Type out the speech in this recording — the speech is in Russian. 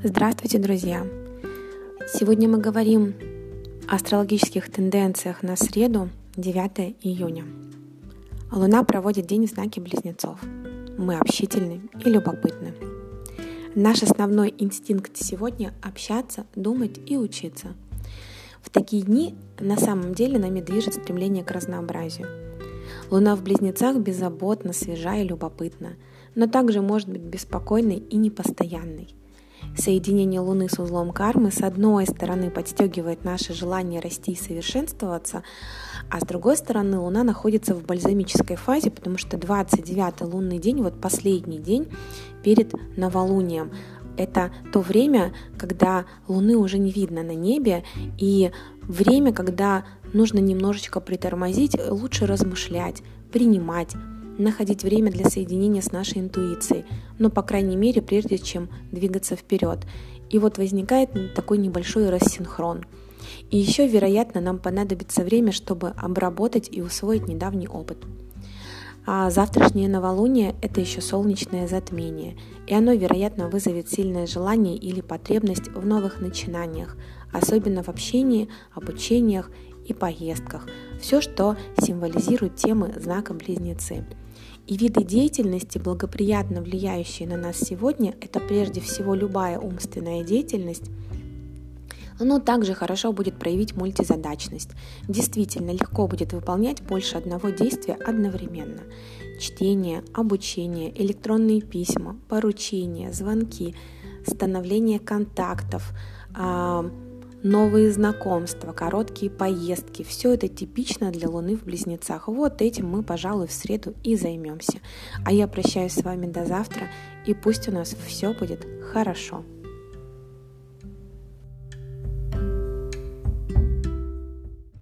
Здравствуйте, друзья! Сегодня мы говорим о астрологических тенденциях на среду, 9 июня. Луна проводит день в знаке Близнецов. Мы общительны и любопытны. Наш основной инстинкт сегодня — общаться, думать и учиться. В такие дни на самом деле нами движет стремление к разнообразию. Луна в Близнецах беззаботна, свежа и любопытна, но также может быть беспокойной и непостоянной. Соединение Луны с узлом кармы с одной стороны подстегивает наше желание расти и совершенствоваться, а с другой стороны Луна находится в бальзамической фазе, потому что 29-й лунный день, последний день перед новолунием. Это то время, когда Луны уже не видно на небе, и время, когда нужно немножечко притормозить, лучше размышлять, принимать, находить время для соединения с нашей интуицией, но, по крайней мере, прежде чем двигаться вперед. И возникает такой небольшой рассинхрон. И еще, вероятно, нам понадобится время, чтобы обработать и усвоить недавний опыт. А завтрашнее новолуние — это еще солнечное затмение, и оно, вероятно, вызовет сильное желание или потребность в новых начинаниях, особенно в общении, обучениях и поездках. Все, что символизирует темы знака Близнецы. И виды деятельности, благоприятно влияющие на нас сегодня, это прежде всего любая умственная деятельность, но также хорошо будет проявить мультизадачность. Действительно легко будет выполнять больше одного действия одновременно. Чтение, обучение, электронные письма, поручения, звонки, становление контактов, новые знакомства, короткие поездки. Все это типично для Луны в Близнецах. Этим мы, пожалуй, в среду и займемся. А я прощаюсь с вами до завтра, и пусть у нас все будет хорошо.